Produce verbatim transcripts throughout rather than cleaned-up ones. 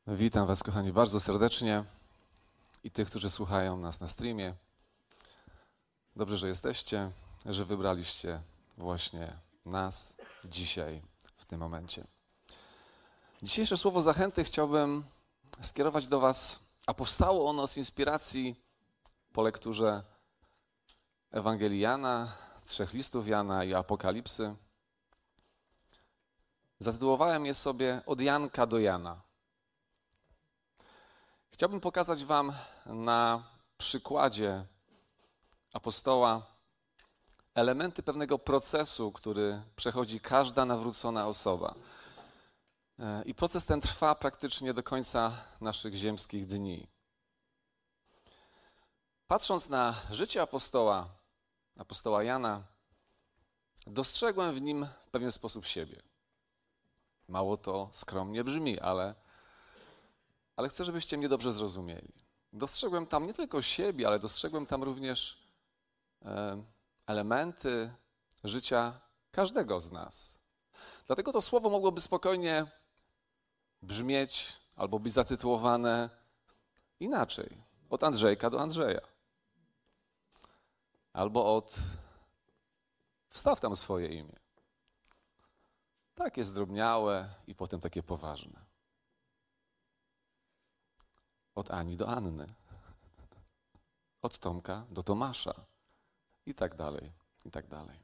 Witam Was, kochani, bardzo serdecznie i tych, którzy słuchają nas na streamie. Dobrze, że jesteście, że wybraliście właśnie nas dzisiaj, w tym momencie. Dzisiejsze słowo zachęty chciałbym skierować do Was, a powstało ono z inspiracji po lekturze Ewangelii Jana, trzech listów Jana i Apokalipsy. Zatytułowałem je sobie Od Janka do Jana. Chciałbym pokazać Wam na przykładzie apostoła elementy pewnego procesu, który przechodzi każda nawrócona osoba. I proces ten trwa praktycznie do końca naszych ziemskich dni. Patrząc na życie apostoła, apostoła Jana, dostrzegłem w nim w pewien sposób siebie. Mało to skromnie brzmi, ale Ale chcę, żebyście mnie dobrze zrozumieli. Dostrzegłem tam nie tylko siebie, ale dostrzegłem tam również e, elementy życia każdego z nas. Dlatego to słowo mogłoby spokojnie brzmieć albo być zatytułowane inaczej. Od Andrzejka do Andrzeja. Albo od wstaw tam swoje imię. Takie zdrobniałe i potem takie poważne. Od Ani do Anny, od Tomka do Tomasza i tak dalej, i tak dalej.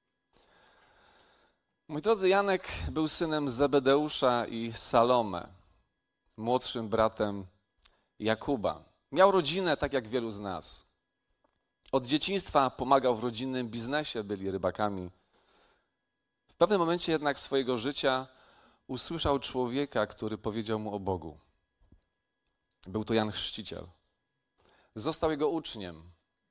Mój drodzy, Janek był synem Zebedeusza i Salome, młodszym bratem Jakuba. Miał rodzinę tak jak wielu z nas. Od dzieciństwa pomagał w rodzinnym biznesie, byli rybakami. W pewnym momencie jednak swojego życia usłyszał człowieka, który powiedział mu o Bogu. Był to Jan Chrzciciel. Został jego uczniem.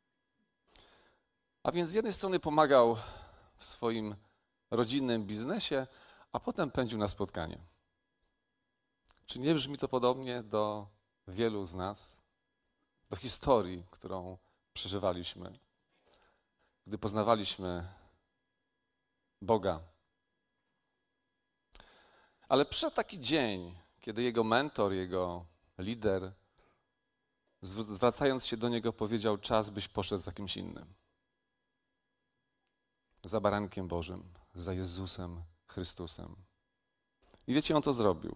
A więc z jednej strony pomagał w swoim rodzinnym biznesie, a potem pędził na spotkanie. Czy nie brzmi to podobnie do wielu z nas, do historii, którą przeżywaliśmy, gdy poznawaliśmy Boga? Ale przyszedł taki dzień, kiedy jego mentor, jego lider, zwracając się do niego, powiedział: czas, byś poszedł za kimś innym. Za barankiem Bożym, za Jezusem Chrystusem. I wiecie, on to zrobił.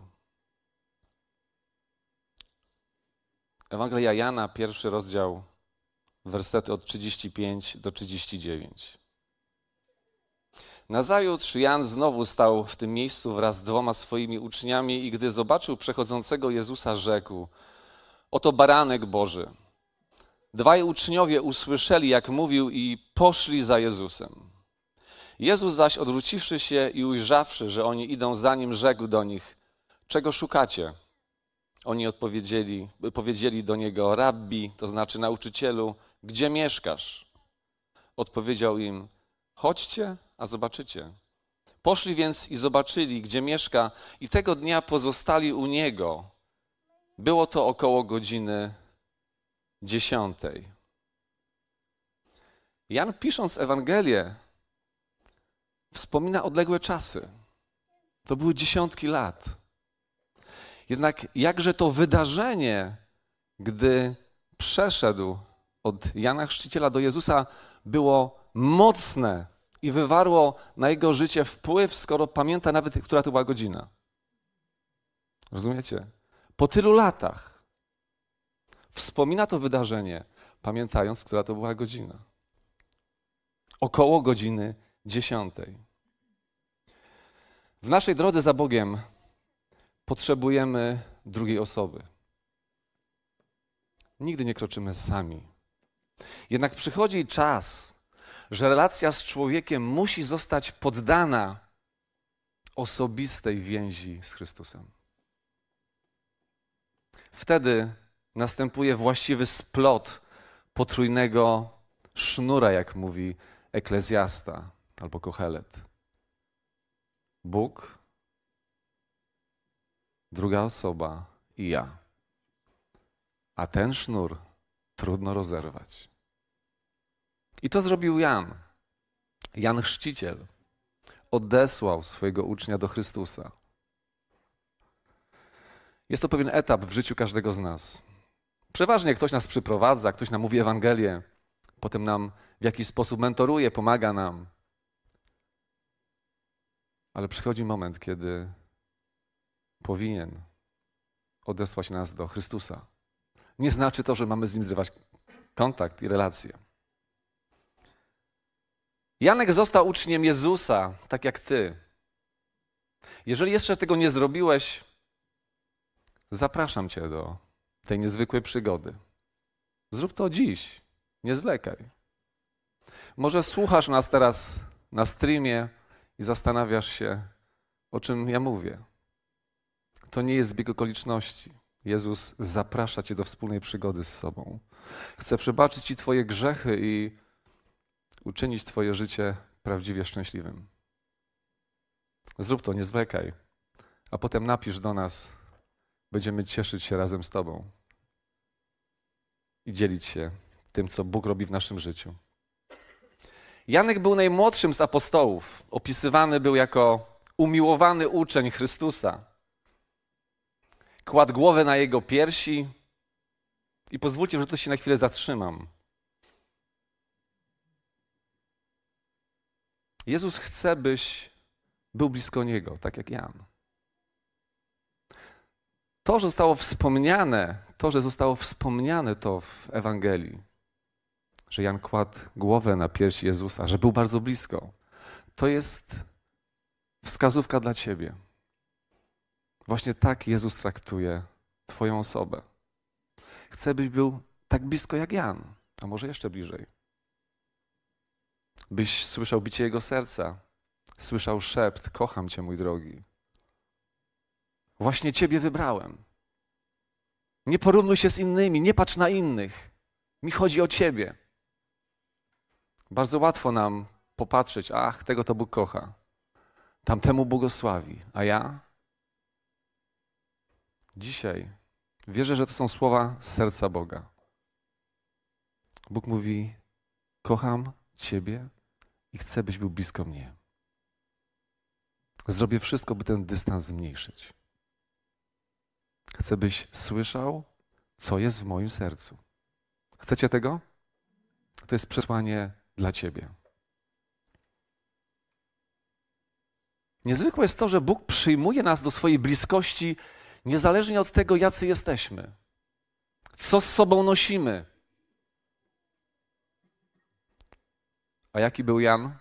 Ewangelia Jana, pierwszy rozdział, wersety od trzydziestu pięciu do trzydziestu dziewięciu. Nazajutrz Jan znowu stał w tym miejscu wraz z dwoma swoimi uczniami i gdy zobaczył przechodzącego Jezusa, rzekł: oto baranek Boży. Dwaj uczniowie usłyszeli, jak mówił, i poszli za Jezusem. Jezus zaś, odwróciwszy się i ujrzawszy, że oni idą za nim, rzekł do nich: czego szukacie? Oni odpowiedzieli, powiedzieli do niego: rabbi, to znaczy nauczycielu, gdzie mieszkasz? Odpowiedział im: chodźcie, a zobaczycie. Poszli więc i zobaczyli, gdzie mieszka, i tego dnia pozostali u niego. Było to około godziny dziesiątej. Jan, pisząc Ewangelię, wspomina odległe czasy. To były dziesiątki lat. Jednak jakże to wydarzenie, gdy przeszedł od Jana Chrzciciela do Jezusa, było mocne i wywarło na jego życie wpływ, skoro pamięta nawet, która to była godzina. Rozumiecie? Po tylu latach wspomina to wydarzenie, pamiętając, która to była godzina. Około godziny dziesiątej. W naszej drodze za Bogiem potrzebujemy drugiej osoby. Nigdy nie kroczymy sami. Jednak przychodzi czas, że relacja z człowiekiem musi zostać poddana osobistej więzi z Chrystusem. Wtedy następuje właściwy splot potrójnego sznura, jak mówi Eklezjasta albo Kohelet. Bóg, druga osoba i ja. A ten sznur trudno rozerwać. I to zrobił Jan. Jan Chrzciciel odesłał swojego ucznia do Chrystusa. Jest to pewien etap w życiu każdego z nas. Przeważnie ktoś nas przyprowadza, ktoś nam mówi Ewangelię, potem nam w jakiś sposób mentoruje, pomaga nam. Ale przychodzi moment, kiedy powinien odesłać nas do Chrystusa. Nie znaczy to, że mamy z Nim zrywać kontakt i relacje. Janek został uczniem Jezusa, tak jak ty. Jeżeli jeszcze tego nie zrobiłeś, zapraszam cię do tej niezwykłej przygody. Zrób to dziś, nie zwlekaj. Może słuchasz nas teraz na streamie i zastanawiasz się, o czym ja mówię. To nie jest zbieg okoliczności. Jezus zaprasza cię do wspólnej przygody z sobą. Chce przebaczyć ci twoje grzechy i uczynić twoje życie prawdziwie szczęśliwym. Zrób to, nie zwlekaj, a potem napisz do nas. Będziemy cieszyć się razem z tobą i dzielić się tym, co Bóg robi w naszym życiu. Janek był najmłodszym z apostołów. Opisywany był jako umiłowany uczeń Chrystusa. Kładł głowę na jego piersi i pozwólcie, że tu się na chwilę zatrzymam. Jezus chce, byś był blisko Niego, tak jak Jan. To, że zostało wspomniane, to, że zostało wspomniane to w Ewangelii, że Jan kładł głowę na piersi Jezusa, że był bardzo blisko, to jest wskazówka dla ciebie. Właśnie tak Jezus traktuje twoją osobę. Chce, byś był tak blisko jak Jan, a może jeszcze bliżej. Byś słyszał bicie Jego serca, słyszał szept, kocham Cię, mój drogi. Właśnie Ciebie wybrałem. Nie porównuj się z innymi, nie patrz na innych. Mi chodzi o Ciebie. Bardzo łatwo nam popatrzeć, ach, tego to Bóg kocha, tamtemu błogosławi, a ja? Dzisiaj wierzę, że to są słowa z serca Boga. Bóg mówi, kocham Ciebie i chcę, byś był blisko mnie. Zrobię wszystko, by ten dystans zmniejszyć. Chcę, byś słyszał, co jest w moim sercu. Chcecie tego? To jest przesłanie dla ciebie. Niezwykłe jest to, że Bóg przyjmuje nas do swojej bliskości niezależnie od tego, jacy jesteśmy. Co z sobą nosimy. A jaki był Jan?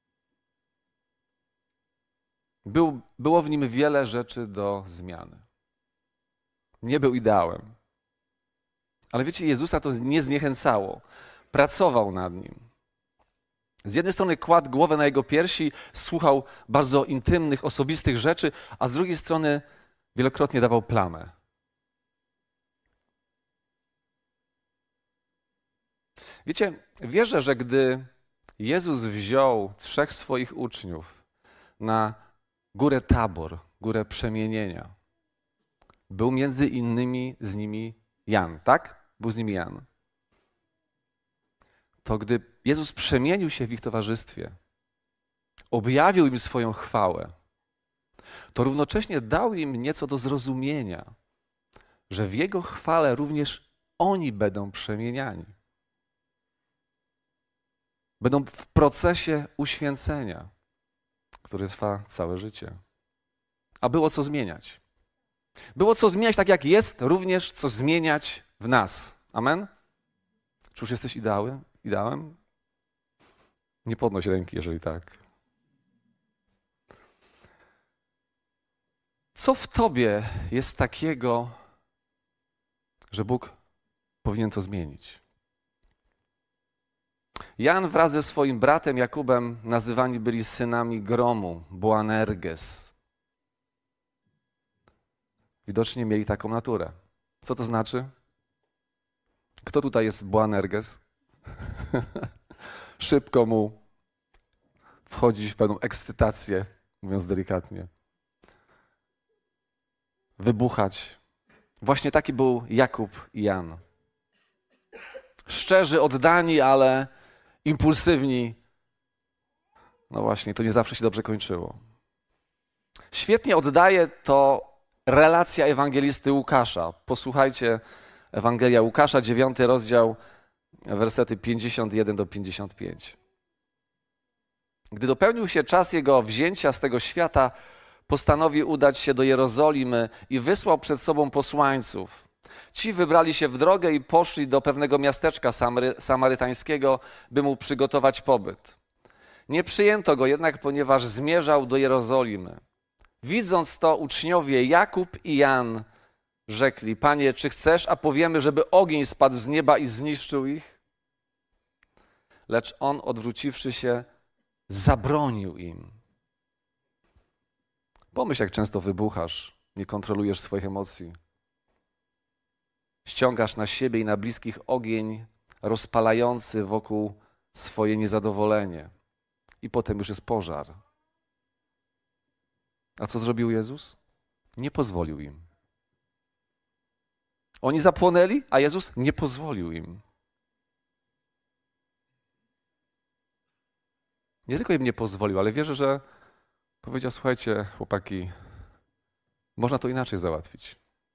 Był, było w nim wiele rzeczy do zmiany. Nie był ideałem. Ale wiecie, Jezusa to nie zniechęcało. Pracował nad nim. Z jednej strony kładł głowę na jego piersi, słuchał bardzo intymnych, osobistych rzeczy, a z drugiej strony wielokrotnie dawał plamę. Wiecie, wierzę, że gdy Jezus wziął trzech swoich uczniów na górę Tabor, górę przemienienia, był między innymi z nimi Jan, tak? Był z nimi Jan. To gdy Jezus przemienił się w ich towarzystwie, objawił im swoją chwałę, to równocześnie dał im nieco do zrozumienia, że w Jego chwale również oni będą przemieniani. Będą w procesie uświęcenia, który trwa całe życie. A było co zmieniać. Było co zmieniać tak jak jest, również co zmieniać w nas. Amen? Czy już jesteś ideały? Ideałem? Nie podnoś ręki, jeżeli tak. Co w tobie jest takiego, że Bóg powinien to zmienić? Jan wraz ze swoim bratem Jakubem nazywani byli synami gromu, Boanerges. Widocznie mieli taką naturę. Co to znaczy? Kto tutaj jest Boanerges? Szybko mu wchodzić w pewną ekscytację, mówiąc delikatnie. Wybuchać. Właśnie taki był Jakub i Jan. Szczerzy, oddani, ale impulsywni. No właśnie, to nie zawsze się dobrze kończyło. Świetnie oddaje to relacja ewangelisty Łukasza. Posłuchajcie, Ewangelia Łukasza, dziewiąty rozdział, wersety pięćdziesiąt jeden do pięćdziesiąt pięć. Gdy dopełnił się czas jego wzięcia z tego świata, postanowił udać się do Jerozolimy i wysłał przed sobą posłańców. Ci wybrali się w drogę i poszli do pewnego miasteczka Samary, samarytańskiego, by mu przygotować pobyt. Nie przyjęto go jednak, ponieważ zmierzał do Jerozolimy. Widząc to, uczniowie Jakub i Jan rzekli: Panie, czy chcesz, a powiemy, żeby ogień spadł z nieba i zniszczył ich? Lecz on, odwróciwszy się, zabronił im. Pomyśl, jak często wybuchasz, nie kontrolujesz swoich emocji. Ściągasz na siebie i na bliskich ogień rozpalający wokół swoje niezadowolenie. I potem już jest pożar. A co zrobił Jezus? Nie pozwolił im. Oni zapłonęli, a Jezus nie pozwolił im. Nie tylko im nie pozwolił, ale wierzę, że powiedział: słuchajcie, chłopaki, można to inaczej załatwić.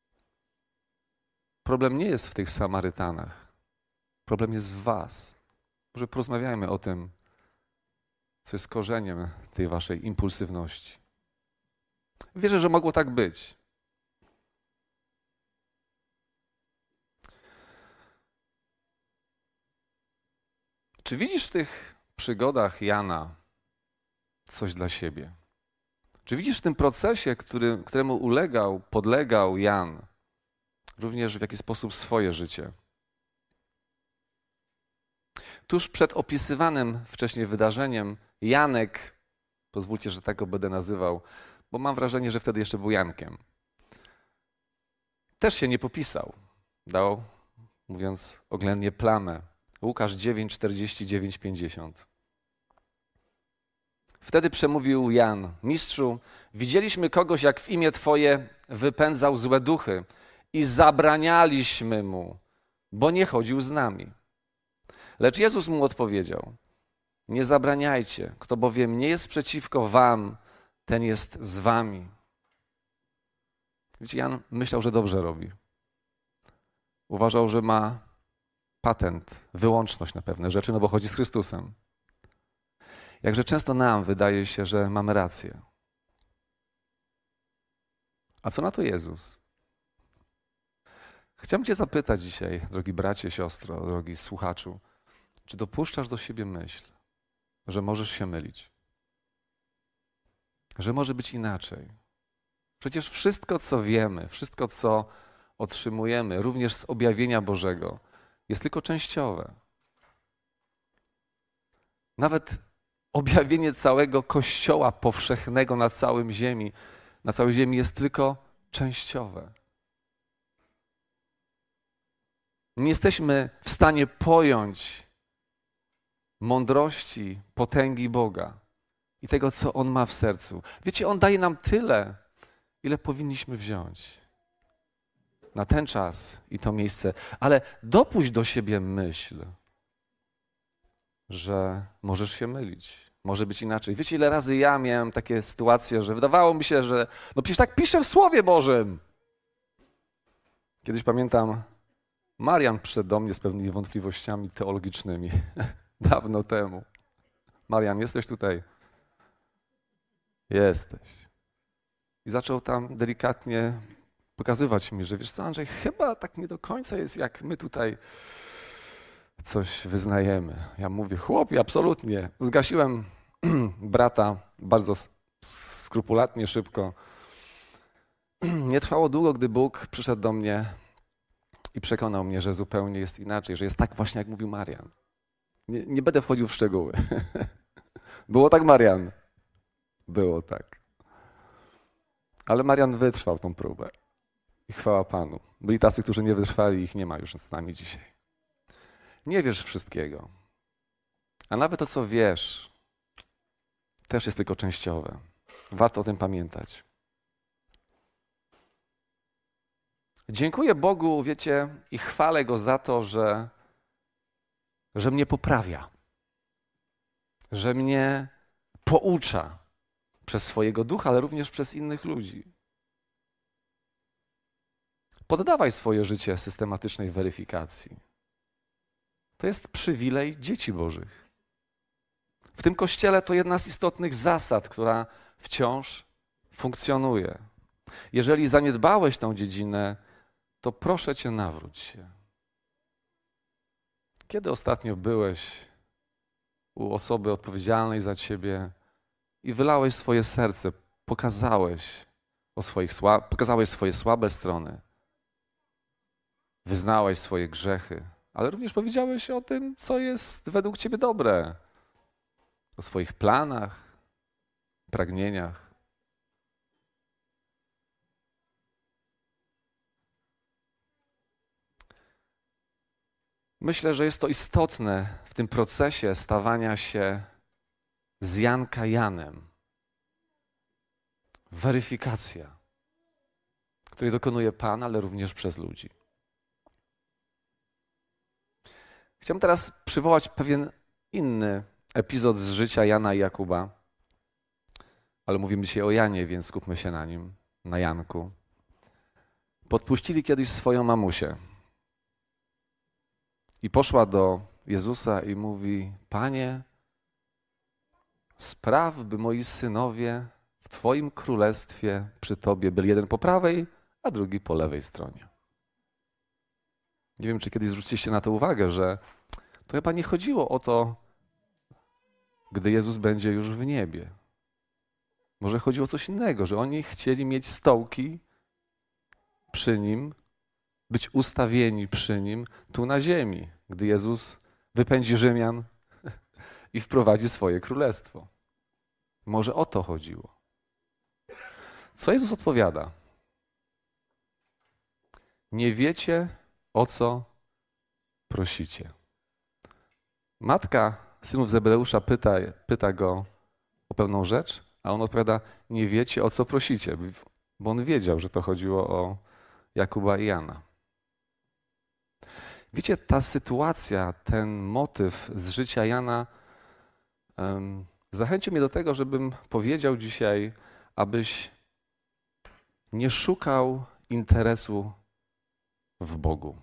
Problem nie jest w tych Samarytanach. Problem jest w was. Może porozmawiajmy o tym, co jest korzeniem tej waszej impulsywności. Wierzę, że mogło tak być. Czy widzisz w tych przygodach Jana coś dla siebie? Czy widzisz w tym procesie, który, któremu ulegał, podlegał Jan, również w jakiś sposób swoje życie? Tuż przed opisywanym wcześniej wydarzeniem Janek, pozwólcie, że tak go będę nazywał, bo mam wrażenie, że wtedy jeszcze był Jankiem, też się nie popisał. Dał, mówiąc oględnie, plamę. Łukasz dziewięć, czterdzieści dziewięć, pięćdziesiąt. Wtedy przemówił Jan: Mistrzu, widzieliśmy kogoś, jak w imię Twoje wypędzał złe duchy i zabranialiśmy mu, bo nie chodził z nami. Lecz Jezus mu odpowiedział: nie zabraniajcie, kto bowiem nie jest przeciwko wam, ten jest z wami. Wiecie, Jan myślał, że dobrze robi. Uważał, że ma patent, wyłączność na pewne rzeczy, no bo chodzi z Chrystusem. Jakże często nam wydaje się, że mamy rację. A co na to Jezus? Chciałbym cię zapytać dzisiaj, drogi bracie, siostro, drogi słuchaczu, czy dopuszczasz do siebie myśl, że możesz się mylić? Że może być inaczej? Przecież wszystko, co wiemy, wszystko, co otrzymujemy, również z objawienia Bożego, jest tylko częściowe. Nawet objawienie całego Kościoła powszechnego na całym ziemi, na całej ziemi jest tylko częściowe. Nie jesteśmy w stanie pojąć mądrości, potęgi Boga i tego, co On ma w sercu. Wiecie, On daje nam tyle, ile powinniśmy wziąć na ten czas i to miejsce. Ale dopuść do siebie myśl, że możesz się mylić, może być inaczej. Wiecie, ile razy ja miałem takie sytuacje, że wydawało mi się, że no przecież tak pisze w Słowie Bożym. Kiedyś pamiętam, Marian przyszedł do mnie z pewnymi wątpliwościami teologicznymi. Dawno temu. Marian, jesteś tutaj? Jesteś. I zaczął tam delikatnie pokazywać mi, że wiesz co, Andrzej, chyba tak nie do końca jest, jak my tutaj coś wyznajemy. Ja mówię: chłopie, absolutnie. Zgasiłem brata bardzo skrupulatnie, szybko. Nie trwało długo, gdy Bóg przyszedł do mnie i przekonał mnie, że zupełnie jest inaczej, że jest tak właśnie, jak mówił Marian. Nie, nie będę wchodził w szczegóły. Było tak, Marian? Było tak. Ale Marian wytrwał tą próbę. I chwała Panu. Byli tacy, którzy nie wytrwali, ich nie ma już z nami dzisiaj. Nie wiesz wszystkiego. A nawet to, co wiesz, też jest tylko częściowe. Warto o tym pamiętać. Dziękuję Bogu, wiecie, i chwalę Go za to, że, że mnie poprawia. Że mnie poucza przez swojego ducha, ale również przez innych ludzi. Poddawaj swoje życie systematycznej weryfikacji. To jest przywilej dzieci Bożych. W tym Kościele to jedna z istotnych zasad, która wciąż funkcjonuje. Jeżeli zaniedbałeś tę dziedzinę, to proszę Cię, nawróć się. Kiedy ostatnio byłeś u osoby odpowiedzialnej za Ciebie i wylałeś swoje serce, pokazałeś, o swoich sła- pokazałeś swoje słabe strony, wyznałeś swoje grzechy, ale również powiedziałeś o tym, co jest według Ciebie dobre, o swoich planach, pragnieniach. Myślę, że jest to istotne w tym procesie stawania się z Janka Janem. Weryfikacja, której dokonuje Pan, ale również przez ludzi. Chciałbym teraz przywołać pewien inny epizod z życia Jana i Jakuba, ale mówimy dzisiaj o Janie, więc skupmy się na nim, na Janku. Podpuścili kiedyś swoją mamusię i poszła do Jezusa i mówi: Panie, spraw, by moi synowie w Twoim królestwie przy Tobie byli jeden po prawej, a drugi po lewej stronie. Nie wiem, czy kiedyś zwróciliście na to uwagę, że to chyba nie chodziło o to, gdy Jezus będzie już w niebie. Może chodziło o coś innego, że oni chcieli mieć stołki przy Nim, być ustawieni przy Nim tu na ziemi, gdy Jezus wypędzi Rzymian i wprowadzi swoje królestwo. Może o to chodziło. Co Jezus odpowiada? Nie wiecie, o co prosicie. Matka synów Zebedeusza pyta, pyta go o pewną rzecz, a on odpowiada: nie wiecie, o co prosicie, bo on wiedział, że to chodziło o Jakuba i Jana. Wiecie, ta sytuacja, ten motyw z życia Jana um, zachęcił mnie do tego, żebym powiedział dzisiaj, abyś nie szukał interesu w Bogu.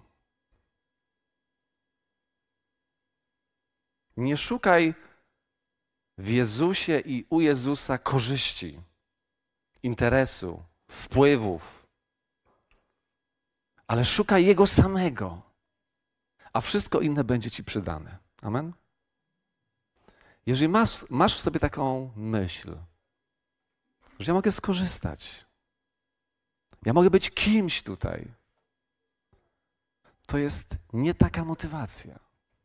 Nie szukaj w Jezusie i u Jezusa korzyści, interesu, wpływów, ale szukaj Jego samego, a wszystko inne będzie Ci przydane. Amen? Jeżeli masz, masz w sobie taką myśl, że ja mogę skorzystać, ja mogę być kimś tutaj, to jest nie taka motywacja.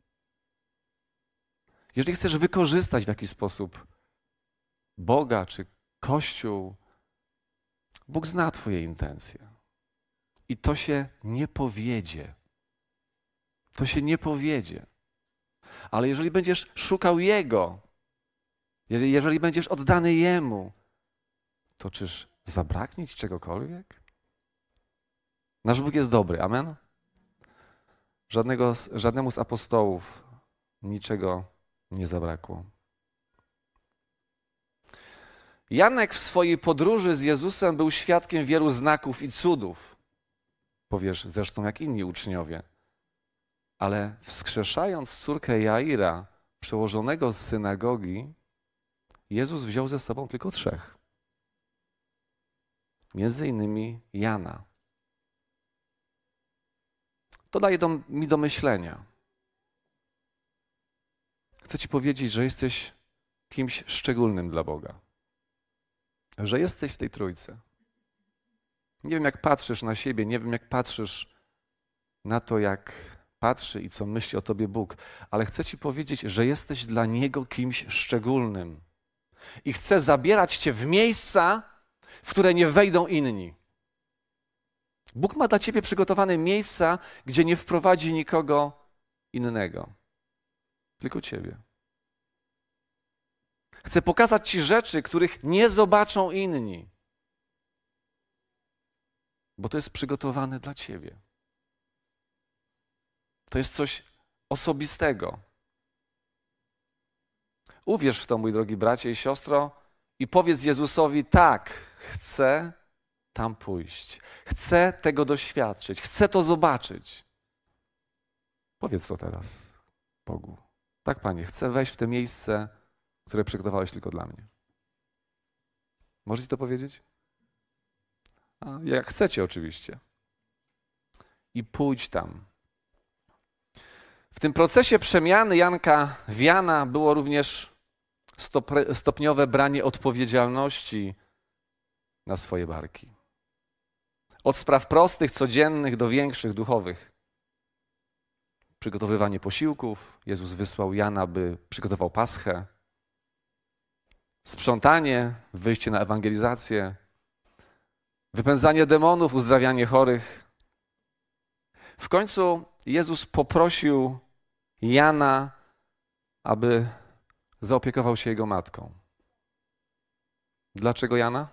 Jeżeli chcesz wykorzystać w jakiś sposób Boga czy Kościół, Bóg zna Twoje intencje. I to się nie powiedzie. To się nie powiedzie. Ale jeżeli będziesz szukał Jego, jeżeli, jeżeli będziesz oddany Jemu, to czyż zabraknie Ci czegokolwiek? Nasz Bóg jest dobry. Amen? Żadnego, żadnemu z apostołów niczego nie zabrakło. Janek w swojej podróży z Jezusem był świadkiem wielu znaków i cudów. Powiesz, zresztą jak inni uczniowie. Ale wskrzeszając córkę Jaira, przełożonego z synagogi, Jezus wziął ze sobą tylko trzech. Między innymi Jana. To daje do, mi do myślenia. Chcę Ci powiedzieć, że jesteś kimś szczególnym dla Boga. Że jesteś w tej trójce. Nie wiem, jak patrzysz na siebie, nie wiem, jak patrzysz na to, jak patrzy i co myśli o Tobie Bóg, ale chcę Ci powiedzieć, że jesteś dla Niego kimś szczególnym. I chce zabierać Cię w miejsca, w które nie wejdą inni. Bóg ma dla Ciebie przygotowane miejsca, gdzie nie wprowadzi nikogo innego. Tylko Ciebie. Chce pokazać Ci rzeczy, których nie zobaczą inni. Bo to jest przygotowane dla Ciebie. To jest coś osobistego. Uwierz w to, mój drogi bracie i siostro, i powiedz Jezusowi: tak, chcę tam pójść. Chcę tego doświadczyć. Chcę to zobaczyć. Powiedz to teraz Bogu. Tak, Panie, chcę wejść w to miejsce, które przygotowałeś tylko dla mnie. Możecie to powiedzieć? A jak chcecie oczywiście. I pójdź tam. W tym procesie przemiany Janka w Jana było również stopniowe branie odpowiedzialności na swoje barki. Od spraw prostych, codziennych do większych, duchowych. Przygotowywanie posiłków. Jezus wysłał Jana, by przygotował paschę. Sprzątanie, wyjście na ewangelizację. Wypędzanie demonów, uzdrawianie chorych. W końcu Jezus poprosił Jana, aby zaopiekował się jego matką. Dlaczego Jana?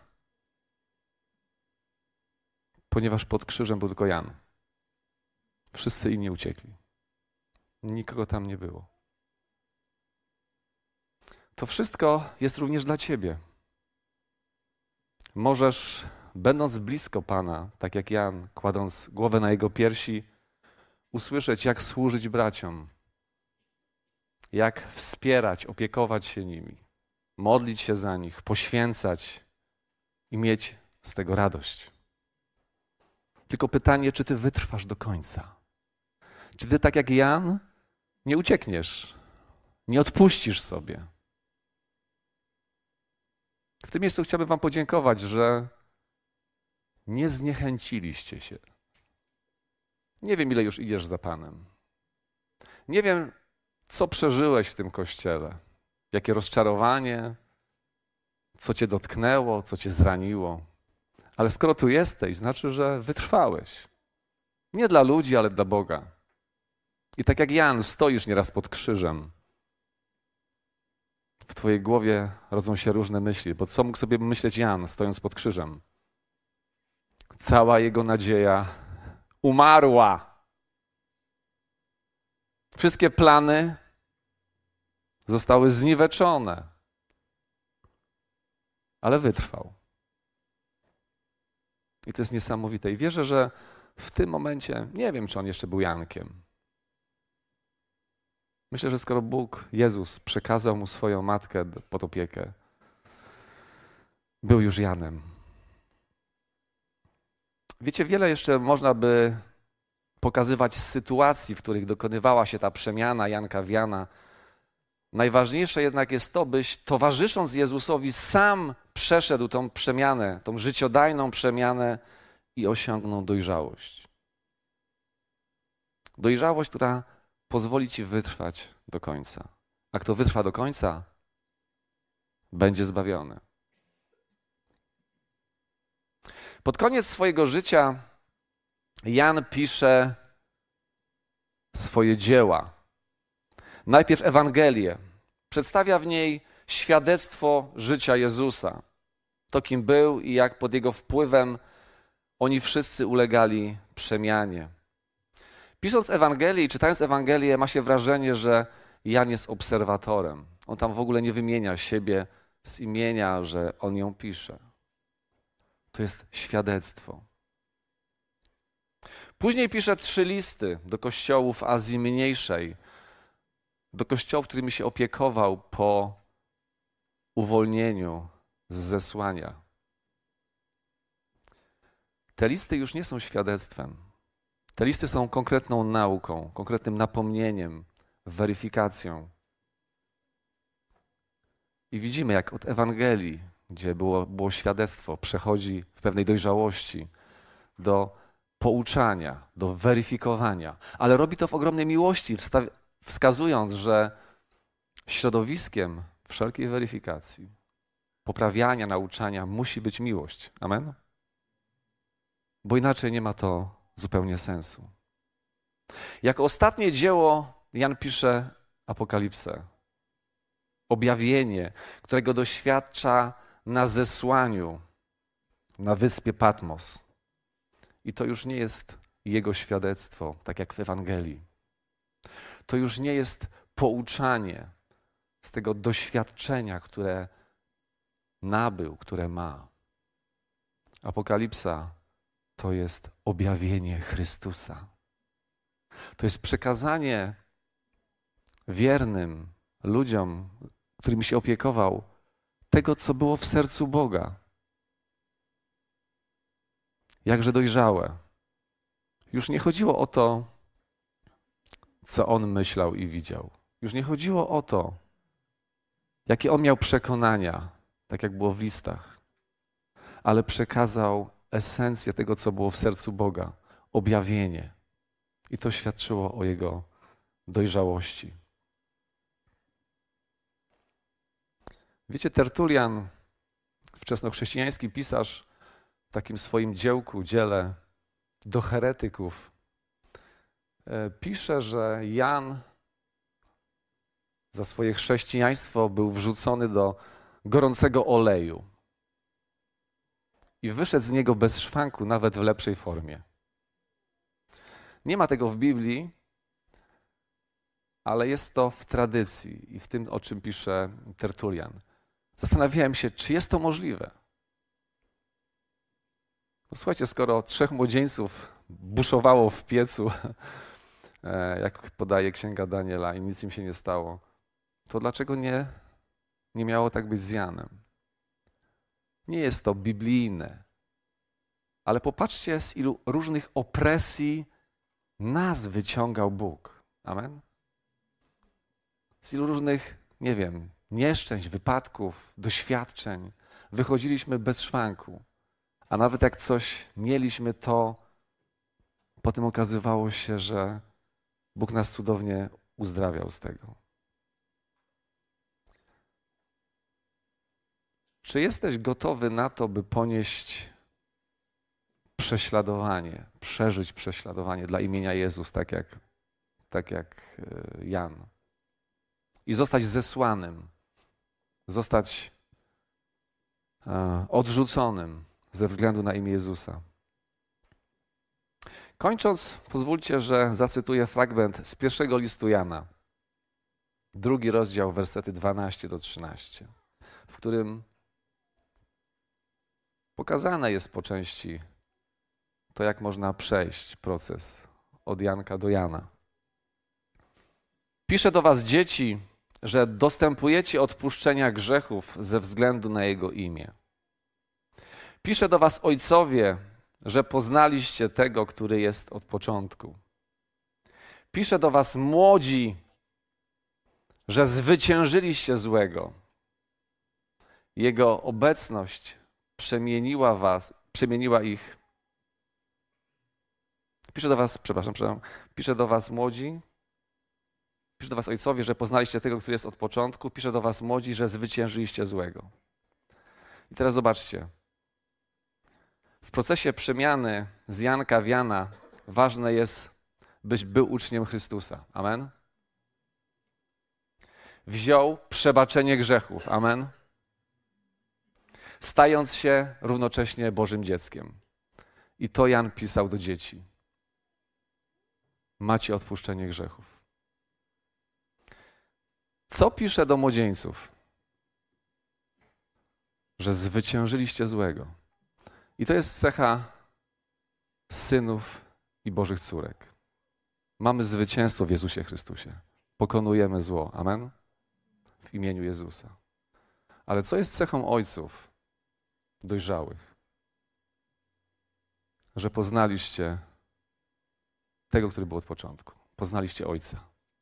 Ponieważ pod krzyżem był tylko Jan. Wszyscy inni uciekli. Nikogo tam nie było. To wszystko jest również dla ciebie. Możesz, będąc blisko Pana, tak jak Jan, kładąc głowę na jego piersi, usłyszeć, jak służyć braciom, jak wspierać, opiekować się nimi, modlić się za nich, poświęcać i mieć z tego radość. Tylko pytanie, czy ty wytrwasz do końca? Czy ty tak jak Jan nie uciekniesz, nie odpuścisz sobie? W tym miejscu chciałbym wam podziękować, że nie zniechęciliście się. Nie wiem, ile już idziesz za Panem. Nie wiem, co przeżyłeś w tym kościele. Jakie rozczarowanie, co cię dotknęło, co cię zraniło. Ale skoro tu jesteś, znaczy, że wytrwałeś. Nie dla ludzi, ale dla Boga. I tak jak Jan, stoisz nieraz pod krzyżem. W twojej głowie rodzą się różne myśli, bo co mógł sobie myśleć Jan, stojąc pod krzyżem? Cała jego nadzieja umarła. Wszystkie plany zostały zniweczone. Ale wytrwał. I to jest niesamowite. I wierzę, że w tym momencie, nie wiem, czy on jeszcze był Jankiem. Myślę, że skoro Bóg, Jezus, przekazał mu swoją matkę pod opiekę, był już Janem. Wiecie, wiele jeszcze można by pokazywać sytuacji, w których dokonywała się ta przemiana Janka w Jana. Najważniejsze jednak jest to, byś towarzysząc Jezusowi sam przeszedł tą przemianę, tą życiodajną przemianę i osiągnął dojrzałość. Dojrzałość, która pozwoli ci wytrwać do końca. A kto wytrwa do końca, będzie zbawiony. Pod koniec swojego życia Jan pisze swoje dzieła. Najpierw Ewangelię. Przedstawia w niej świadectwo życia Jezusa. To, kim był i jak pod Jego wpływem oni wszyscy ulegali przemianie. Pisząc Ewangelię i czytając Ewangelię, ma się wrażenie, że Jan jest obserwatorem. On tam w ogóle nie wymienia siebie z imienia, że on ją pisze. To jest świadectwo. Później pisze trzy listy do kościołów Azji Mniejszej, do kościołów, którymi się opiekował po uwolnieniu z zesłania. Te listy już nie są świadectwem. Te listy są konkretną nauką, konkretnym napomnieniem, weryfikacją. I widzimy, jak od Ewangelii, gdzie było, było świadectwo, przechodzi w pewnej dojrzałości do pouczania, do weryfikowania. Ale robi to w ogromnej miłości, wskazując, że środowiskiem wszelkiej weryfikacji, poprawiania, nauczania musi być miłość. Amen? Bo inaczej nie ma to zupełnie sensu. Jako ostatnie dzieło Jan pisze Apokalipsę. Objawienie, którego doświadcza na zesłaniu na wyspie Patmos. I to już nie jest jego świadectwo, tak jak w Ewangelii. To już nie jest pouczanie z tego doświadczenia, które nabył, które ma. Apokalipsa to jest objawienie Chrystusa. To jest przekazanie wiernym ludziom, którymi się opiekował, tego, co było w sercu Boga. Jakże dojrzałe. Już nie chodziło o to, co on myślał i widział. Już nie chodziło o to, jakie on miał przekonania, tak jak było w listach, ale przekazał esencję tego, co było w sercu Boga, objawienie. I to świadczyło o jego dojrzałości. Wiecie, Tertulian, wczesnochrześcijański pisarz, w takim swoim dziełku, dziele do heretyków, pisze, że Jan za swoje chrześcijaństwo był wrzucony do gorącego oleju i wyszedł z niego bez szwanku, nawet w lepszej formie. Nie ma tego w Biblii, ale jest to w tradycji i w tym, o czym pisze Tertulian. Zastanawiałem się, czy jest to możliwe. No słuchajcie, skoro trzech młodzieńców buszowało w piecu, jak podaje Księga Daniela, i nic im się nie stało, to dlaczego nie, nie miało tak być z Janem? Nie jest to biblijne, ale popatrzcie, z ilu różnych opresji nas wyciągał Bóg. Amen? Z ilu różnych, nie wiem, nieszczęść, wypadków, doświadczeń wychodziliśmy bez szwanku. A nawet jak coś mieliśmy, to potem okazywało się, że Bóg nas cudownie uzdrawiał z tego. Czy jesteś gotowy na to, by ponieść prześladowanie, przeżyć prześladowanie dla imienia Jezus, tak jak, tak jak Jan? I zostać zesłanym, zostać odrzuconym ze względu na imię Jezusa. Kończąc, pozwólcie, że zacytuję fragment z pierwszego listu Jana, drugi rozdział, wersety dwanaście do trzynastu, w którym pokazane jest po części to, jak można przejść proces od Janka do Jana. Piszę do was, dzieci, że dostępujecie odpuszczenia grzechów ze względu na Jego imię. Piszę do was, ojcowie, że poznaliście tego, który jest od początku. Piszę do was, młodzi, że zwyciężyliście złego. Jego obecność przemieniła was, przemieniła ich. Piszę do was, przepraszam, przepraszam, piszę do was, młodzi, piszę do was, ojcowie, że poznaliście tego, który jest od początku. Piszę do was, młodzi, że zwyciężyliście złego. I teraz zobaczcie. W procesie przemiany z Janka w Jana ważne jest, byś był uczniem Chrystusa. Amen? Wziął przebaczenie grzechów. Amen? Stając się równocześnie Bożym dzieckiem. I to Jan pisał do dzieci. Macie odpuszczenie grzechów. Co pisze do młodzieńców? Że zwyciężyliście złego. I to jest cecha synów i Bożych córek. Mamy zwycięstwo w Jezusie Chrystusie. Pokonujemy zło. Amen? W imieniu Jezusa. Ale co jest cechą ojców dojrzałych? Że poznaliście tego, który był od początku. Poznaliście Ojca.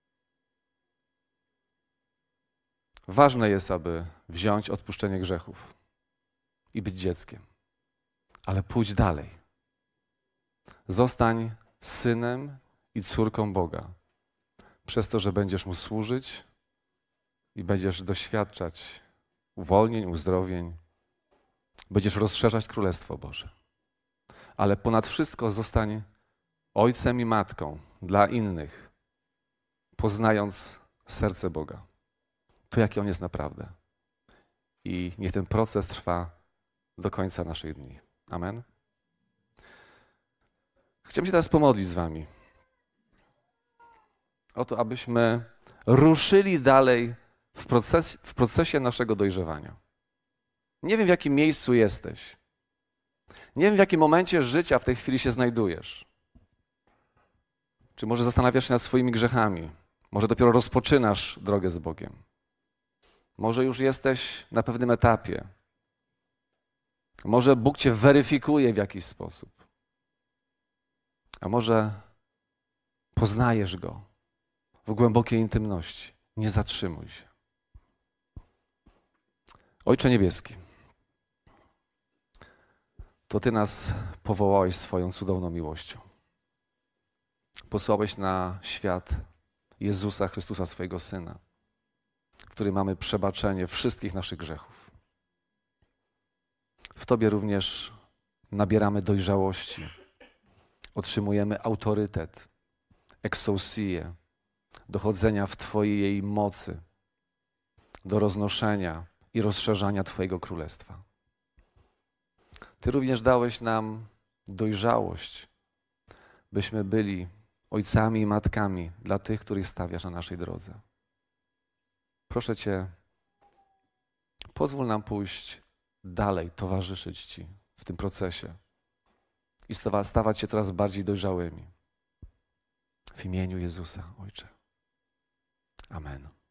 Ważne jest, aby wziąć odpuszczenie grzechów i być dzieckiem. Ale pójdź dalej. Zostań synem i córką Boga. Przez to, że będziesz Mu służyć i będziesz doświadczać uwolnień, uzdrowień. Będziesz rozszerzać Królestwo Boże. Ale ponad wszystko zostań ojcem i matką dla innych, poznając serce Boga. To, jaki On jest naprawdę. I niech ten proces trwa do końca naszych dni. Amen. Chciałbym się teraz pomodlić z wami o to, abyśmy ruszyli dalej w, proces, w procesie naszego dojrzewania. Nie wiem, w jakim miejscu jesteś. Nie wiem, w jakim momencie życia w tej chwili się znajdujesz. Czy może zastanawiasz się nad swoimi grzechami? Może dopiero rozpoczynasz drogę z Bogiem? Może już jesteś na pewnym etapie? Może Bóg cię weryfikuje w jakiś sposób? A może poznajesz Go w głębokiej intymności? Nie zatrzymuj się. Ojcze Niebieski, to Ty nas powołałeś swoją cudowną miłością. Posłałeś na świat Jezusa Chrystusa, swojego Syna, w którym mamy przebaczenie wszystkich naszych grzechów. W Tobie również nabieramy dojrzałości, otrzymujemy autorytet, eksousię, dochodzenia w Twojej mocy, do roznoszenia i rozszerzania Twojego Królestwa. Ty również dałeś nam dojrzałość, byśmy byli ojcami i matkami dla tych, których stawiasz na naszej drodze. Proszę Cię, pozwól nam pójść dalej, towarzyszyć Ci w tym procesie i stawać się coraz bardziej dojrzałymi. W imieniu Jezusa, Ojcze. Amen.